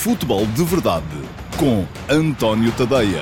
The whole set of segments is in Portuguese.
Futebol de Verdade com António Tadeia.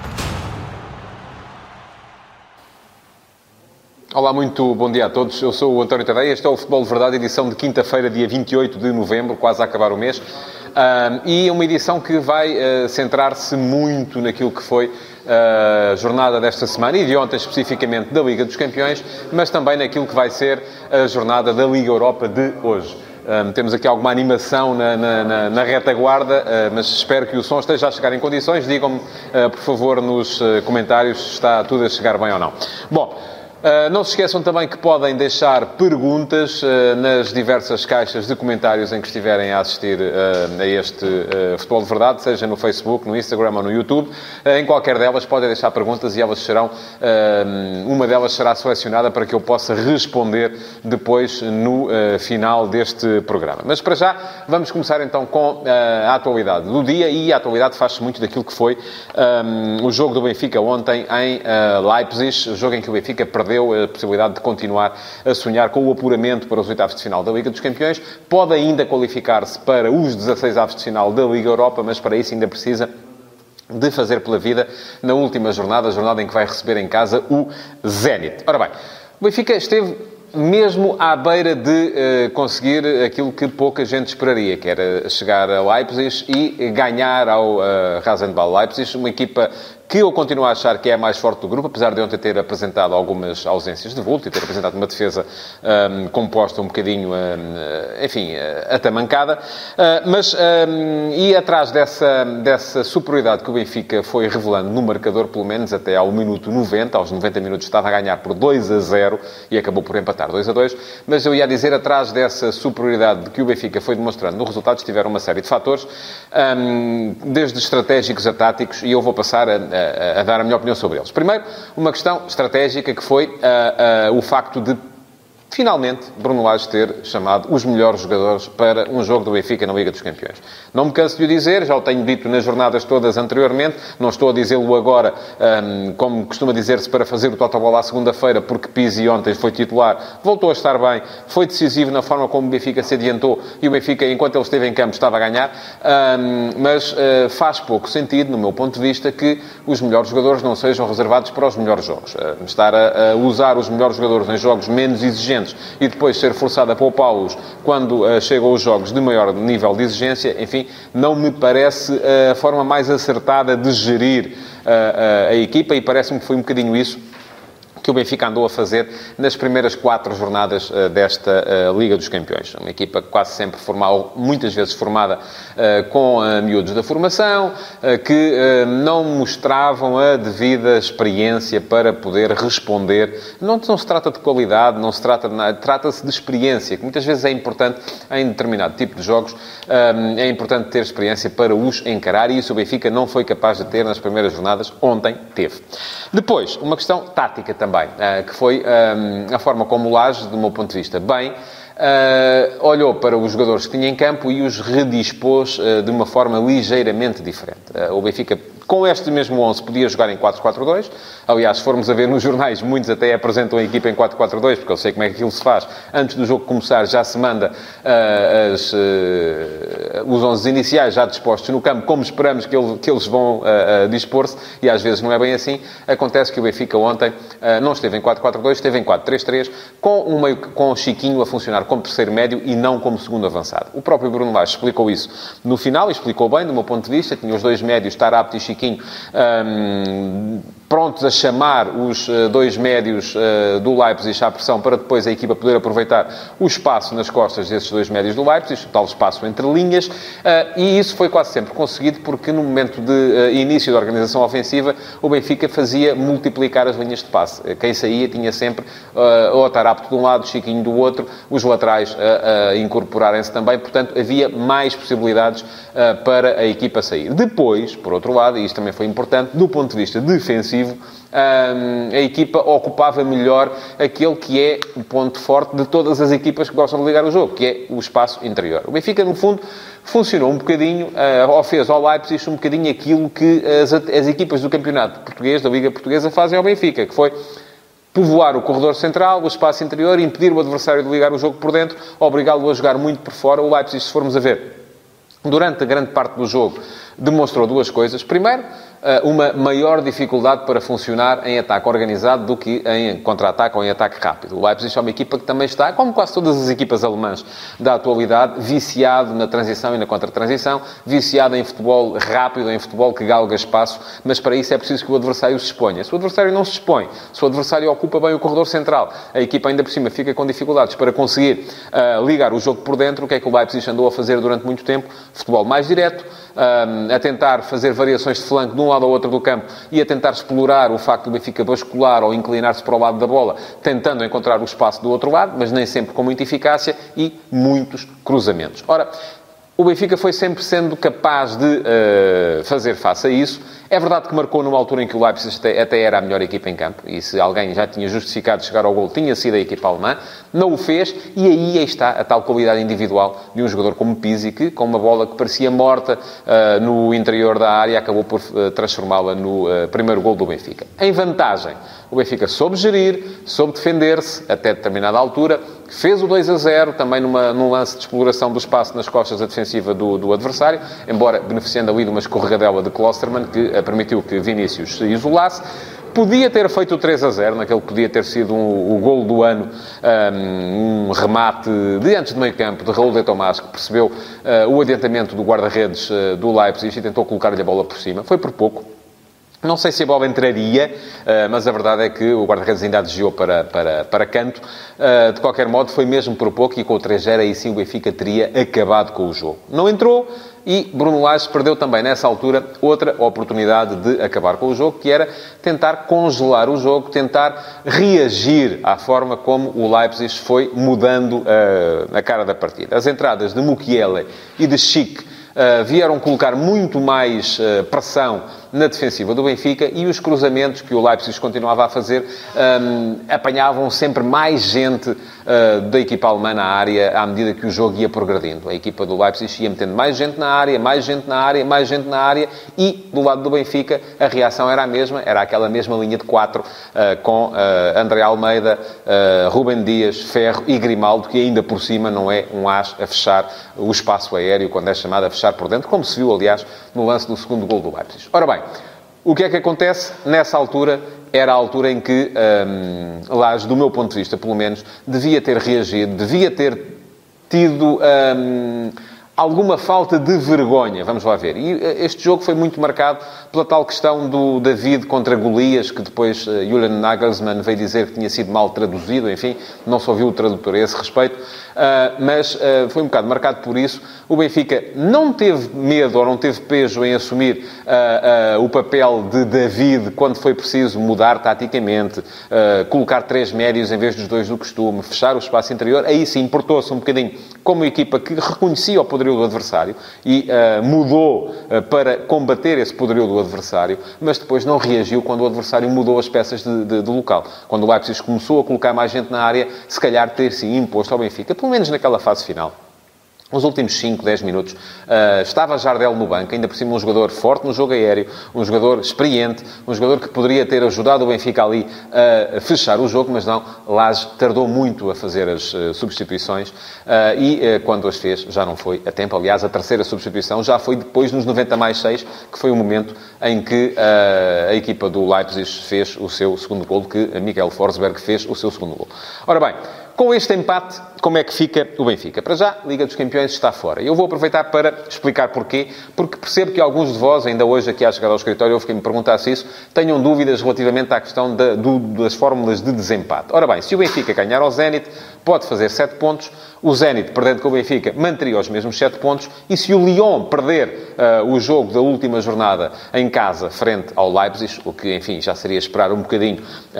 Olá, muito bom dia a todos. Eu sou o António Tadeia. Este é o Futebol de Verdade, edição de quinta-feira, dia 28 de novembro, quase a acabar o mês. E é uma edição que vai centrar-se muito naquilo que foi a jornada desta semana e de ontem especificamente da Liga dos Campeões, mas também naquilo que vai ser a jornada da Liga Europa de hoje. Temos aqui alguma animação na retaguarda, mas espero que o som esteja a chegar em condições. Digam-me, por favor, nos comentários se está tudo a chegar bem ou não. Bom, não se esqueçam também que podem deixar perguntas nas diversas caixas de comentários em que estiverem a assistir a este Futebol de Verdade, seja no Facebook, no Instagram ou no YouTube. Em qualquer delas podem deixar perguntas e elas serão, uma delas será selecionada para que eu possa responder depois no final deste programa. Mas para já vamos começar então com a atualidade do dia, e a atualidade faz-se muito daquilo que foi o jogo do Benfica ontem em Leipzig, o jogo em que o Benfica perdeu a possibilidade de continuar a sonhar com o apuramento para os oitavos de final da Liga dos Campeões. Pode ainda qualificar-se para os 16 avos de final da Liga Europa, mas para isso ainda precisa de fazer pela vida na última jornada, a jornada em que vai receber em casa o Zenit. Ora bem, o Benfica esteve mesmo à beira de conseguir aquilo que pouca gente esperaria, que era chegar a Leipzig e ganhar ao Rasenball Leipzig, uma equipa que eu continuo a achar que é a mais forte do grupo, apesar de ontem ter apresentado algumas ausências de vulto e ter apresentado uma defesa composta um bocadinho, atamancada. E atrás dessa superioridade que o Benfica foi revelando no marcador, pelo menos até ao minuto 90, aos 90 minutos estava a ganhar por 2-0 e acabou por empatar 2-2, mas eu ia dizer, atrás dessa superioridade que o Benfica foi demonstrando no resultado, estiveram uma série de fatores, desde estratégicos a táticos, e eu vou passar a dar a minha opinião sobre eles. Primeiro, uma questão estratégica que foi o facto de, finalmente, Bruno Lage ter chamado os melhores jogadores para um jogo do Benfica na Liga dos Campeões. Não me canso de o dizer, já o tenho dito nas jornadas todas anteriormente, não estou a dizê-lo agora, como costuma dizer-se, para fazer o Totobol à segunda-feira, porque Pizzi ontem foi titular, voltou a estar bem, foi decisivo na forma como o Benfica se adiantou, e o Benfica, enquanto ele esteve em campo, estava a ganhar, mas faz pouco sentido, no meu ponto de vista, que os melhores jogadores não sejam reservados para os melhores jogos. Estar a usar os melhores jogadores em jogos menos exigentes e depois ser forçado a poupá-los quando chegam os jogos de maior nível de exigência, enfim, não me parece a forma mais acertada de gerir a equipa, e parece-me que foi um bocadinho isso que o Benfica andou a fazer nas primeiras 4 jornadas desta Liga dos Campeões. Uma equipa quase sempre formada, muitas vezes formada com miúdos da formação, que não mostravam a devida experiência para poder responder. Não se trata de qualidade, não se trata de nada, trata-se de experiência, que muitas vezes é importante em determinado tipo de jogos, é importante ter experiência para os encarar, e isso o Benfica não foi capaz de ter nas primeiras jornadas. Ontem teve. Depois, uma questão tática também, que foi a forma como o Lage, do meu ponto de vista, olhou para os jogadores que tinha em campo e os redispôs de uma forma ligeiramente diferente. O Benfica, com este mesmo 11, podia jogar em 4-4-2. Aliás, se formos a ver nos jornais, muitos até apresentam a equipa em 4-4-2, porque eu sei como é que aquilo se faz. Antes do jogo começar, já se manda os 11 iniciais já dispostos no campo, como esperamos que eles vão dispor-se, e às vezes não é bem assim. Acontece que o Benfica ontem não esteve em 4-4-2, esteve em 4-3-3, com o Chiquinho a funcionar como terceiro médio e não como segundo avançado. O próprio Bruno Lage explicou isso no final, e explicou bem, do meu ponto de vista. Tinha os dois médios, Tarapte e Chiquinho, prontos a chamar os dois médios do Leipzig à pressão, para depois a equipa poder aproveitar o espaço nas costas desses dois médios do Leipzig, o tal espaço entre linhas, e isso foi quase sempre conseguido, porque no momento de início da organização ofensiva, o Benfica fazia multiplicar as linhas de passe. Quem saía tinha sempre o Tarapte de um lado, o Chiquinho do outro, os laterais a incorporarem-se também, portanto havia mais possibilidades para a equipa sair. Depois, por outro lado, e isto também foi importante, do ponto de vista defensivo, a equipa ocupava melhor aquele que é o ponto forte de todas as equipas que gostam de ligar o jogo, que é o espaço interior. O Benfica, no fundo, funcionou um bocadinho, ou fez ao Leipzig um bocadinho aquilo que as equipas do campeonato português, da Liga Portuguesa, fazem ao Benfica, que foi povoar o corredor central, o espaço interior, impedir o adversário de ligar o jogo por dentro, obrigá-lo a jogar muito por fora. O Leipzig, se formos a ver, durante grande parte do jogo, demonstrou duas coisas. Primeiro, uma maior dificuldade para funcionar em ataque organizado do que em contra-ataque ou em ataque rápido. O Leipzig é uma equipa que também está, como quase todas as equipas alemãs da atualidade, viciado na transição e na contra-transição, viciado em futebol rápido, em futebol que galga espaço, mas para isso é preciso que o adversário se exponha. Se o adversário não se expõe, se o adversário ocupa bem o corredor central, a equipa ainda por cima fica com dificuldades para conseguir ligar o jogo por dentro. O que é que o Leipzig andou a fazer durante muito tempo? Futebol mais direto, a tentar fazer variações de flanco de um lado ao outro do campo e a tentar explorar o facto do Benfica bascular ou inclinar-se para o lado da bola, tentando encontrar o espaço do outro lado, mas nem sempre com muita eficácia, e muitos cruzamentos. Ora, o Benfica foi sempre sendo capaz de fazer face a isso. É verdade que marcou numa altura em que o Leipzig até era a melhor equipa em campo, e se alguém já tinha justificado chegar ao gol, tinha sido a equipa alemã. Não o fez, e aí está a tal qualidade individual de um jogador como Pizzi, que, com uma bola que parecia morta no interior da área, acabou por transformá-la no primeiro gol do Benfica. Em vantagem, o Benfica soube gerir, soube defender-se até determinada altura, fez o 2-0, também num lance de exploração do espaço nas costas da defensiva do adversário, embora beneficiando ali de uma escorregadela de Klostermann, que permitiu que Vinícius se isolasse. Podia ter feito o 3-0, naquele que podia ter sido o golo do ano, um remate de antes de meio campo, de Raul de Tomás, que percebeu o adiantamento do guarda-redes do Leipzig e tentou colocar-lhe a bola por cima. Foi por pouco. Não sei se a bola entraria, mas a verdade é que o guarda-redes ainda a desviou para canto. De qualquer modo, foi mesmo por pouco, e com o 3-0 aí sim o Benfica teria acabado com o jogo. Não entrou, e Bruno Lage perdeu também, nessa altura, outra oportunidade de acabar com o jogo, que era tentar congelar o jogo, tentar reagir à forma como o Leipzig foi mudando a cara da partida. As entradas de Mukiele e de Schick vieram colocar muito mais pressão na defensiva do Benfica, e os cruzamentos que o Leipzig continuava a fazer apanhavam sempre mais gente da equipa alemã na área à medida que o jogo ia progredindo. A equipa do Leipzig ia metendo mais gente na área, mais gente na área, mais gente na área, e do lado do Benfica a reação era a mesma, era aquela mesma linha de 4 com André Almeida, Rúben Dias, Ferro e Grimaldo, que ainda por cima não é um as a fechar o espaço aéreo quando é chamado a fechar por dentro, como se viu, aliás, no lance do segundo gol do Leipzig. Ora bem, o que é que acontece nessa altura? Era a altura em que Lage, do meu ponto de vista, pelo menos, devia ter reagido, devia ter tido alguma falta de vergonha. Vamos lá ver. E este jogo foi muito marcado pela tal questão do David contra Golias, que depois Julian Nagelsmann veio dizer que tinha sido mal traduzido. Enfim, não se ouviu o tradutor a esse respeito. Mas foi um bocado marcado por isso. O Benfica não teve medo ou não teve pejo em assumir o papel de David quando foi preciso mudar taticamente, colocar 3 médios em vez dos 2 do costume, fechar o espaço interior. Aí sim, portou-se um bocadinho como equipa que reconhecia o poderio do adversário e mudou para combater esse poderio do adversário, mas depois não reagiu quando o adversário mudou as peças de local. Quando o Leipzig começou a colocar mais gente na área, se calhar ter-se imposto ao Benfica, pelo menos naquela fase final. Nos últimos 5, 10 minutos, estava Jardel no banco, ainda por cima um jogador forte no jogo aéreo, um jogador experiente, um jogador que poderia ter ajudado o Benfica ali a fechar o jogo, mas não, Lage tardou muito a fazer as substituições e quando as fez já não foi a tempo. Aliás, a terceira substituição já foi depois nos 90+6, que foi o momento em que a equipa do Leipzig fez o seu segundo golo, que Miguel Forsberg fez o seu segundo golo. Ora bem, com este empate, como é que fica o Benfica? Para já, Liga dos Campeões está fora. Eu vou aproveitar para explicar porquê, porque percebo que alguns de vós, ainda hoje aqui à chegada ao escritório, houve quem me perguntasse isso, tenham dúvidas relativamente à questão das fórmulas de desempate. Ora bem, se o Benfica ganhar ao Zenit, pode fazer 7 pontos, o Zenit, perdendo com o Benfica, manteria os mesmos 7 pontos, e se o Lyon perder o jogo da última jornada em casa, frente ao Leipzig, o que, enfim, já seria esperar um bocadinho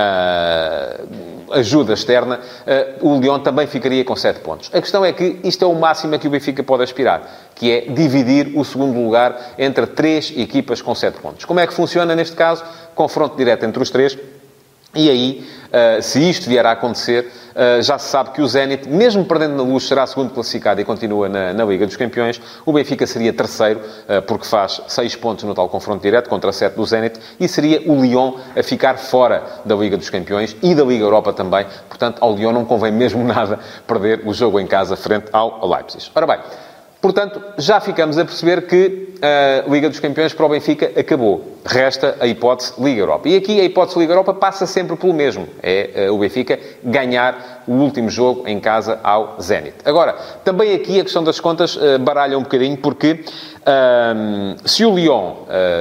ajuda externa, o Lyon também ficaria com 7 pontos. A questão é que isto é o máximo a que o Benfica pode aspirar, que é dividir o segundo lugar entre 3 equipas com 7 pontos. Como é que funciona neste caso? Confronto direto entre os 3. E aí, se isto vier a acontecer, já se sabe que o Zenit, mesmo perdendo na Luz, será segundo classificado e continua na Liga dos Campeões. O Benfica seria terceiro, porque faz 6 pontos no tal confronto direto, contra 7 do Zenit, e seria o Lyon a ficar fora da Liga dos Campeões e da Liga Europa também. Portanto, ao Lyon não convém mesmo nada perder o jogo em casa frente ao Leipzig. Ora bem, Portanto, já ficamos a perceber que a Liga dos Campeões para o Benfica acabou. Resta a hipótese Liga Europa. E aqui a hipótese Liga Europa passa sempre pelo mesmo. É o Benfica ganhar o último jogo em casa ao Zenit. Agora, também aqui a questão das contas baralha um bocadinho, porque se o Lyon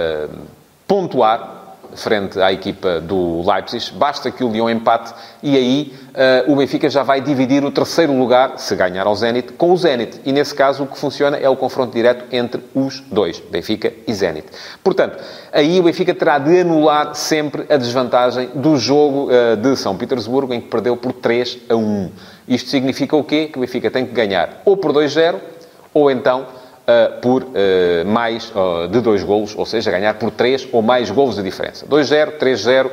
pontuar frente à equipa do Leipzig, basta que o Lyon empate e aí o Benfica já vai dividir o terceiro lugar, se ganhar ao Zenit, com o Zenit. E nesse caso o que funciona é o confronto direto entre os dois, Benfica e Zenit. Portanto, aí o Benfica terá de anular sempre a desvantagem do jogo de São Petersburgo, em que perdeu por 3-1. Isto significa o quê? Que o Benfica tem que ganhar ou por 2-0, ou então por mais de 2 golos, ou seja, ganhar por 3 ou mais golos de diferença. 2-0, 3-0,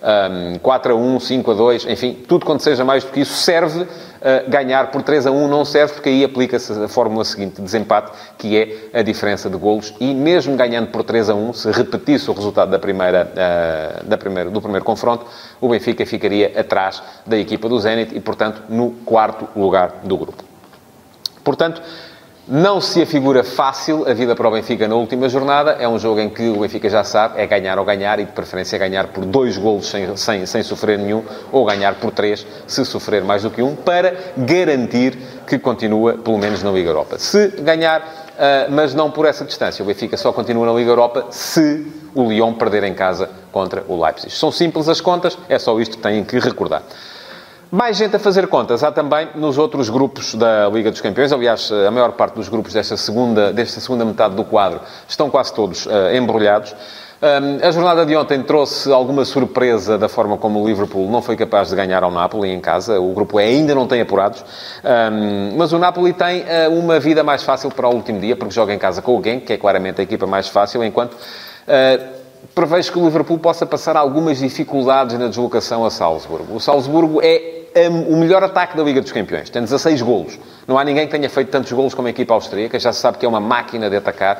4-1, 5-2, enfim, tudo quanto seja mais do que isso serve. Ganhar por 3-1 não serve, porque aí aplica-se a fórmula seguinte de desempate, que é a diferença de golos, e mesmo ganhando por 3-1, se repetisse o resultado do primeiro confronto, o Benfica ficaria atrás da equipa do Zenit e, portanto, no 4º lugar do grupo. Portanto, não se afigura fácil a vida para o Benfica na última jornada. É um jogo em que o Benfica já sabe, é ganhar ou ganhar, e de preferência ganhar por 2 golos sem sofrer nenhum, ou ganhar por 3 se sofrer mais do que um, para garantir que continua, pelo menos, na Liga Europa. Se ganhar, mas não por essa distância, o Benfica só continua na Liga Europa se o Lyon perder em casa contra o Leipzig. São simples as contas, é só isto que têm que recordar. Mais gente a fazer contas há também nos outros grupos da Liga dos Campeões. Aliás, a maior parte dos grupos desta segunda metade do quadro estão quase todos embrulhados. A jornada de ontem trouxe alguma surpresa da forma como o Liverpool não foi capaz de ganhar ao Napoli em casa. O grupo E ainda não tem apurados. Mas o Napoli tem uma vida mais fácil para o último dia, porque joga em casa com o Genk, que é claramente a equipa mais fácil, enquanto prevejo que o Liverpool possa passar algumas dificuldades na deslocação a Salzburgo. O Salzburgo é o melhor ataque da Liga dos Campeões. Tem 16 golos. Não há ninguém que tenha feito tantos golos como a equipa austríaca. Já se sabe que é uma máquina de atacar.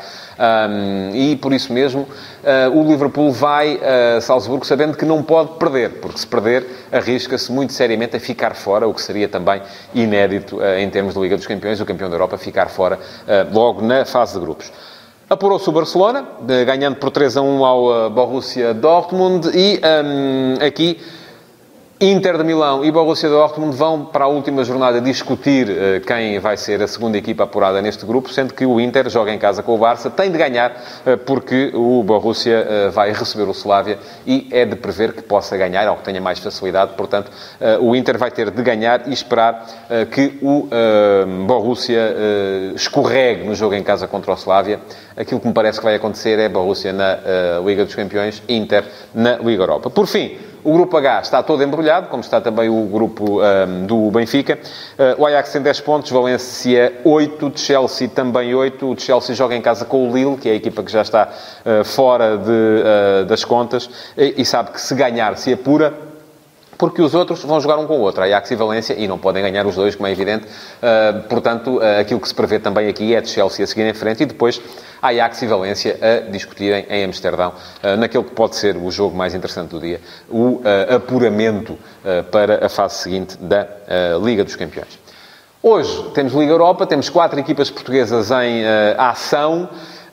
E, por isso mesmo, o Liverpool vai a Salzburgo sabendo que não pode perder. Porque, se perder, arrisca-se muito seriamente a ficar fora, o que seria também inédito em termos de Liga dos Campeões. O campeão da Europa ficar fora logo na fase de grupos. Apurou-se o Barcelona, ganhando por 3-1 ao Borussia Dortmund. E aqui Inter de Milão e Borussia Dortmund vão para a última jornada discutir quem vai ser a segunda equipa apurada neste grupo, sendo que o Inter joga em casa com o Barça, tem de ganhar porque o Borussia vai receber o Slavia e é de prever que possa ganhar, ou que tenha mais facilidade. Portanto, o Inter vai ter de ganhar e esperar que o Borussia escorregue no jogo em casa contra o Slavia. Aquilo que me parece que vai acontecer é Borussia na Liga dos Campeões, Inter na Liga Europa. Por fim, o grupo H está todo embrulhado, como está também o grupo do Benfica. O Ajax tem 10 pontos, Valência 8, Chelsea também 8. O Chelsea joga em casa com o Lille, que é a equipa que já está fora das contas, e sabe que se ganhar se apura, porque os outros vão jogar um com o outro, Ajax e Valência, e não podem ganhar os dois, como é evidente. Portanto, aquilo que se prevê também aqui é de Chelsea a seguir em frente e depois Ajax e Valência a discutirem em Amsterdão, naquele que pode ser o jogo mais interessante do dia, o apuramento para a fase seguinte da Liga dos Campeões. Hoje temos Liga Europa, temos 4 equipas portuguesas em ação.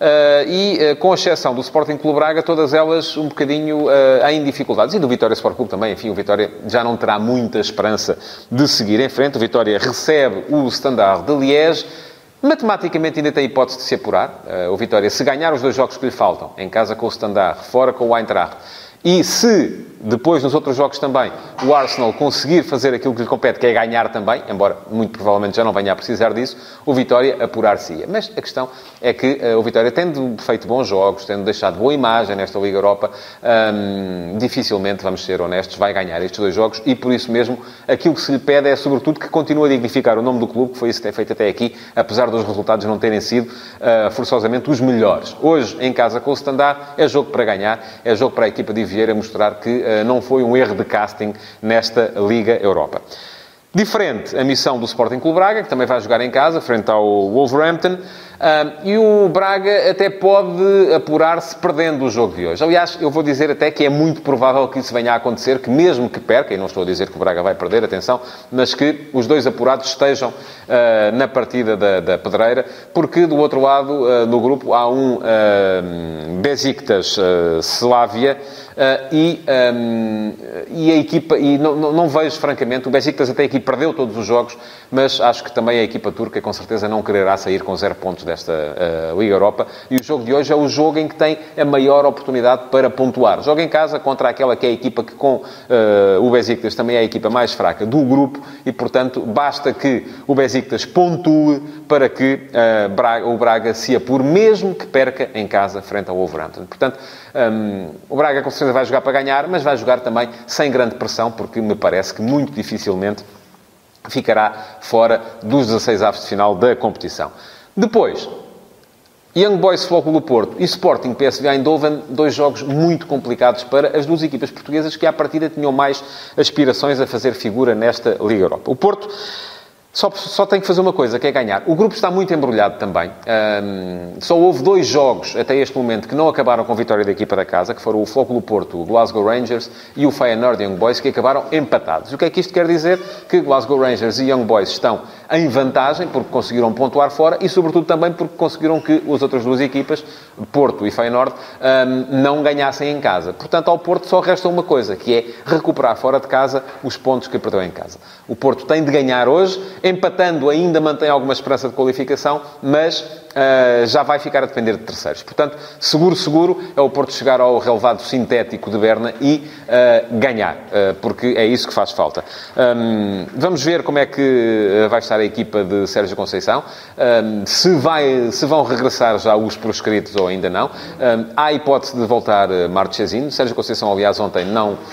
E, com exceção do Sporting Clube Braga, todas elas um bocadinho em dificuldades. E do Vitória Sport Clube também. Enfim, o Vitória já não terá muita esperança de seguir em frente. O Vitória recebe o Standard de Liège. Matematicamente ainda tem hipótese de se apurar. O Vitória, se ganhar os 2 jogos que lhe faltam, em casa com o Standard, fora com o Eintracht, e se, depois, nos outros jogos também, o Arsenal conseguir fazer aquilo que lhe compete, que é ganhar também, embora muito provavelmente já não venha a precisar disso, o Vitória apurar-se-ia. Mas a questão é que o Vitória, tendo feito bons jogos, tendo deixado boa imagem nesta Liga Europa, dificilmente, vamos ser honestos, vai ganhar estes 2 jogos, e por isso mesmo, aquilo que se lhe pede é, sobretudo, que continue a dignificar o nome do clube, que foi isso que tem feito até aqui, apesar dos resultados não terem sido forçosamente os melhores. Hoje, em casa com o Standard, é jogo para ganhar, é jogo para a equipa de Vieira mostrar que não foi um erro de casting nesta Liga Europa. Diferente a missão do Sporting Clube Braga, que também vai jogar em casa, frente ao Wolverhampton, e o Braga até pode apurar-se perdendo o jogo de hoje. Aliás, eu vou dizer até que é muito provável que isso venha a acontecer, que mesmo que perca, e não estou a dizer que o Braga vai perder, atenção, mas que os dois apurados estejam na partida da pedreira, porque do outro lado, no grupo, há um Besiktas-Slavia, e a equipa, e não vejo francamente, o Besiktas até aqui perdeu todos os jogos, mas acho que também a equipa turca com certeza não quererá sair com 0 pontos desta Liga Europa, e o jogo de hoje é o jogo em que tem a maior oportunidade para pontuar. Joga em casa contra aquela que é a equipa que com o Besiktas também é a equipa mais fraca do grupo, e portanto basta que o Besiktas pontue para que o Braga se apure, mesmo que perca em casa frente ao Wolverhampton. Portanto, o Braga com certeza vai jogar para ganhar, mas vai jogar também sem grande pressão, porque me parece que muito dificilmente ficará fora dos 16avos de final da competição. Depois, Young Boys Futebol Clube do Porto e Sporting PSV Eindhoven, 2 jogos muito complicados para as duas equipas portuguesas que à partida tinham mais aspirações a fazer figura nesta Liga Europa. O Porto só tem que fazer uma coisa, que é ganhar. O grupo está muito embrulhado também. Só houve 2 jogos até este momento que não acabaram com vitória da equipa da casa, que foram o Futebol Clube Porto, o Glasgow Rangers e o Feyenoord Young Boys, que acabaram empatados. O que é que isto quer dizer? Que Glasgow Rangers e Young Boys estão em vantagem, porque conseguiram pontuar fora e, sobretudo, também porque conseguiram que as outras duas equipas, Porto e Feyenoord, não ganhassem em casa. Portanto, ao Porto só resta uma coisa, que é recuperar fora de casa os pontos que perdeu em casa. O Porto tem de ganhar hoje, empatando ainda mantém alguma esperança de qualificação, mas já vai ficar a depender de terceiros. Portanto, seguro é o Porto chegar ao relevado sintético de Berna e ganhar, porque é isso que faz falta. Vamos ver como é que vai estar a equipa de Sérgio Conceição, se vão regressar já os proscritos ou ainda não. Há a hipótese de voltar Marchesino. Sérgio Conceição, aliás, ontem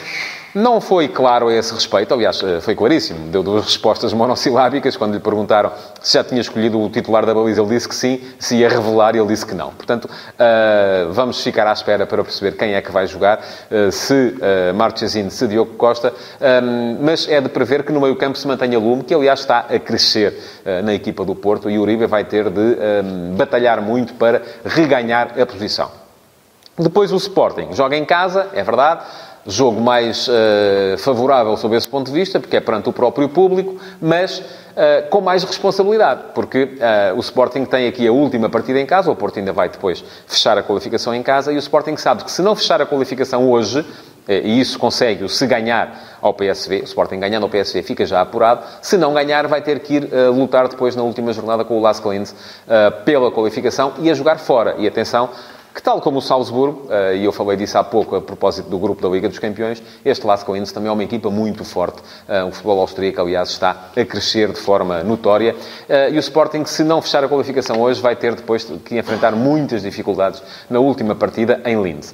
não foi claro a esse respeito. Aliás, foi claríssimo. Deu 2 respostas monossilábicas. Quando lhe perguntaram se já tinha escolhido o titular da baliza, ele disse que sim. Se ia revelar, ele disse que não. Portanto, vamos ficar à espera para perceber quem é que vai jogar. Se Marchesino, se Diogo Costa. Mas é de prever que no meio-campo se mantenha Lume, que aliás está a crescer na equipa do Porto. E o Uribe vai ter de batalhar muito para reganhar a posição. Depois o Sporting joga em casa, é verdade. Jogo mais favorável sob esse ponto de vista, porque é perante o próprio público, mas com mais responsabilidade, porque o Sporting tem aqui a última partida em casa, o Porto ainda vai depois fechar a qualificação em casa, e o Sporting sabe que se não fechar a qualificação hoje, e isso consegue-o se ganhar ao PSV, o Sporting ganhando ao PSV fica já apurado, se não ganhar vai ter que ir lutar depois na última jornada com o Lask Linz pela qualificação e a jogar fora. E atenção, que tal como o Salzburgo, e eu falei disso há pouco a propósito do grupo da Liga dos Campeões, este Lask Linz também é uma equipa muito forte. O futebol austríaco, aliás, está a crescer de forma notória. E o Sporting, se não fechar a qualificação hoje, vai ter depois que enfrentar muitas dificuldades na última partida em Linz.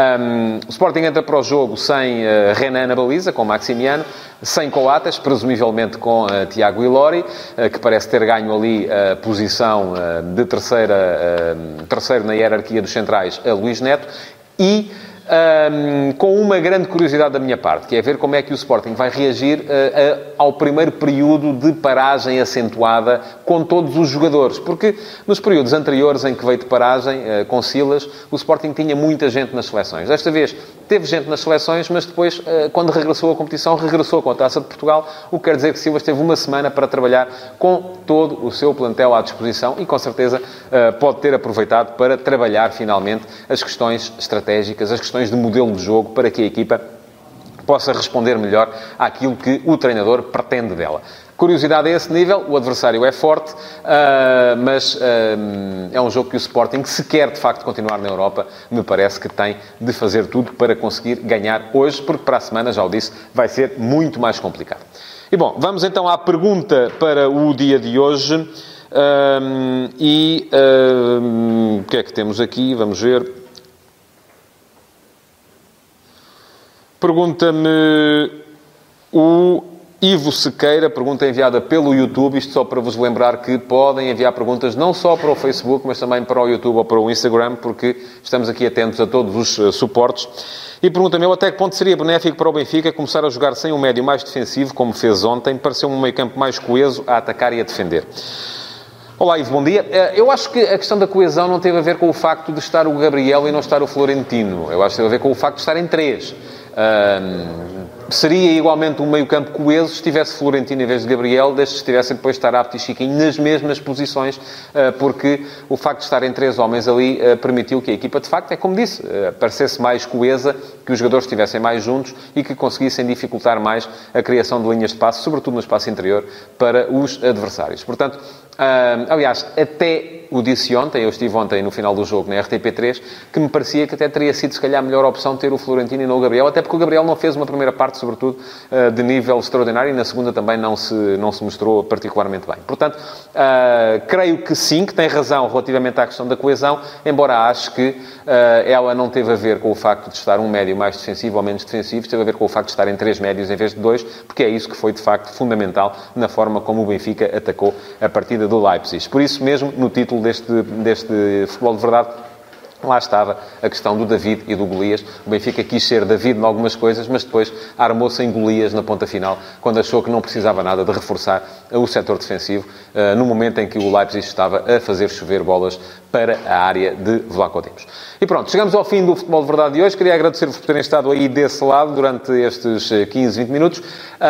O Sporting entra para o jogo sem Renan na baliza, com Maximiano, sem Coates, presumivelmente com Tiago Ilori, que parece ter ganho ali a posição de terceiro na hierarquia dos centrais, a Luís Neto, e com uma grande curiosidade da minha parte, que é ver como é que o Sporting vai reagir ao primeiro período de paragem acentuada com todos os jogadores. Porque nos períodos anteriores em que veio de paragem, com Silas, o Sporting tinha muita gente nas seleções. Desta vez teve gente nas seleções, mas depois, quando regressou à competição, regressou com a Taça de Portugal, o que quer dizer que Silas teve uma semana para trabalhar com todo o seu plantel à disposição e, com certeza, pode ter aproveitado para trabalhar, finalmente, as questões estratégicas, as questões de modelo de jogo, para que a equipa possa responder melhor àquilo que o treinador pretende dela. Curiosidade a esse nível, o adversário é forte, mas é um jogo que o Sporting, se quer de facto continuar na Europa, me parece que tem de fazer tudo para conseguir ganhar hoje, porque para a semana, já o disse, vai ser muito mais complicado. E bom, vamos então à pergunta para o dia de hoje. O que é que temos aqui? Vamos ver. Pergunta-me o Ivo Sequeira, pergunta enviada pelo YouTube, isto só para vos lembrar que podem enviar perguntas não só para o Facebook, mas também para o YouTube ou para o Instagram, porque estamos aqui atentos a todos os suportes. E pergunta-me até que ponto seria benéfico para o Benfica começar a jogar sem um médio mais defensivo, como fez ontem, para ser um meio-campo mais coeso a atacar e a defender. Olá, Ivo, bom dia. Eu acho que a questão da coesão não teve a ver com o facto de estar o Gabriel e não estar o Florentino. Eu acho que teve a ver com o facto de estarem três. Seria igualmente um meio-campo coeso se tivesse Florentino em vez de Gabriel, desde que estivessem depois Tarapte e Chiquinho nas mesmas posições, porque o facto de estarem três homens ali permitiu que a equipa, de facto, é como disse, parecesse mais coesa, que os jogadores estivessem mais juntos e que conseguissem dificultar mais a criação de linhas de passe, sobretudo no espaço interior, para os adversários. Portanto, aliás, até o disse ontem, eu estive ontem no final do jogo na RTP3, que me parecia que até teria sido, se calhar, a melhor opção ter o Florentino e não o Gabriel, até porque o Gabriel não fez uma primeira parte, sobretudo, de nível extraordinário, e na segunda também não se mostrou particularmente bem. Portanto, creio que sim, que tem razão relativamente à questão da coesão, embora ache que ela não teve a ver com o facto de estar um médio mais defensivo ou menos defensivo, teve a ver com o facto de estarem três médios em vez de dois, porque é isso que foi, de facto, fundamental na forma como o Benfica atacou a partida do Leipzig. Por isso mesmo, no título deste Futebol de Verdade, lá estava a questão do David e do Golias. O Benfica quis ser David em algumas coisas, mas depois armou-se em Golias na ponta final, quando achou que não precisava nada de reforçar o setor defensivo, no momento em que o Leipzig estava a fazer chover bolas para a área de Vlaco Dimos. E pronto, chegamos ao fim do Futebol de Verdade de hoje. Queria agradecer-vos por terem estado aí desse lado durante estes 15, 20 minutos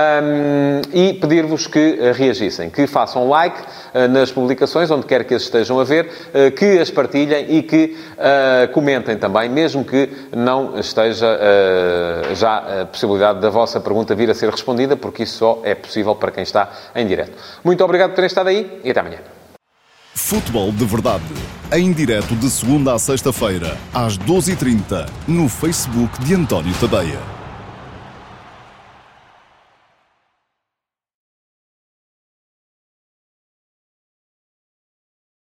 e pedir-vos que reagissem, que façam like nas publicações, onde quer que as estejam a ver, que as partilhem e que comentem também, mesmo que não esteja já a possibilidade da vossa pergunta vir a ser respondida, porque isso só é possível para quem está em direto. Muito obrigado por terem estado aí e até amanhã. Futebol de Verdade, em direto de segunda a sexta-feira, às 12h30, no Facebook de António Tadeia.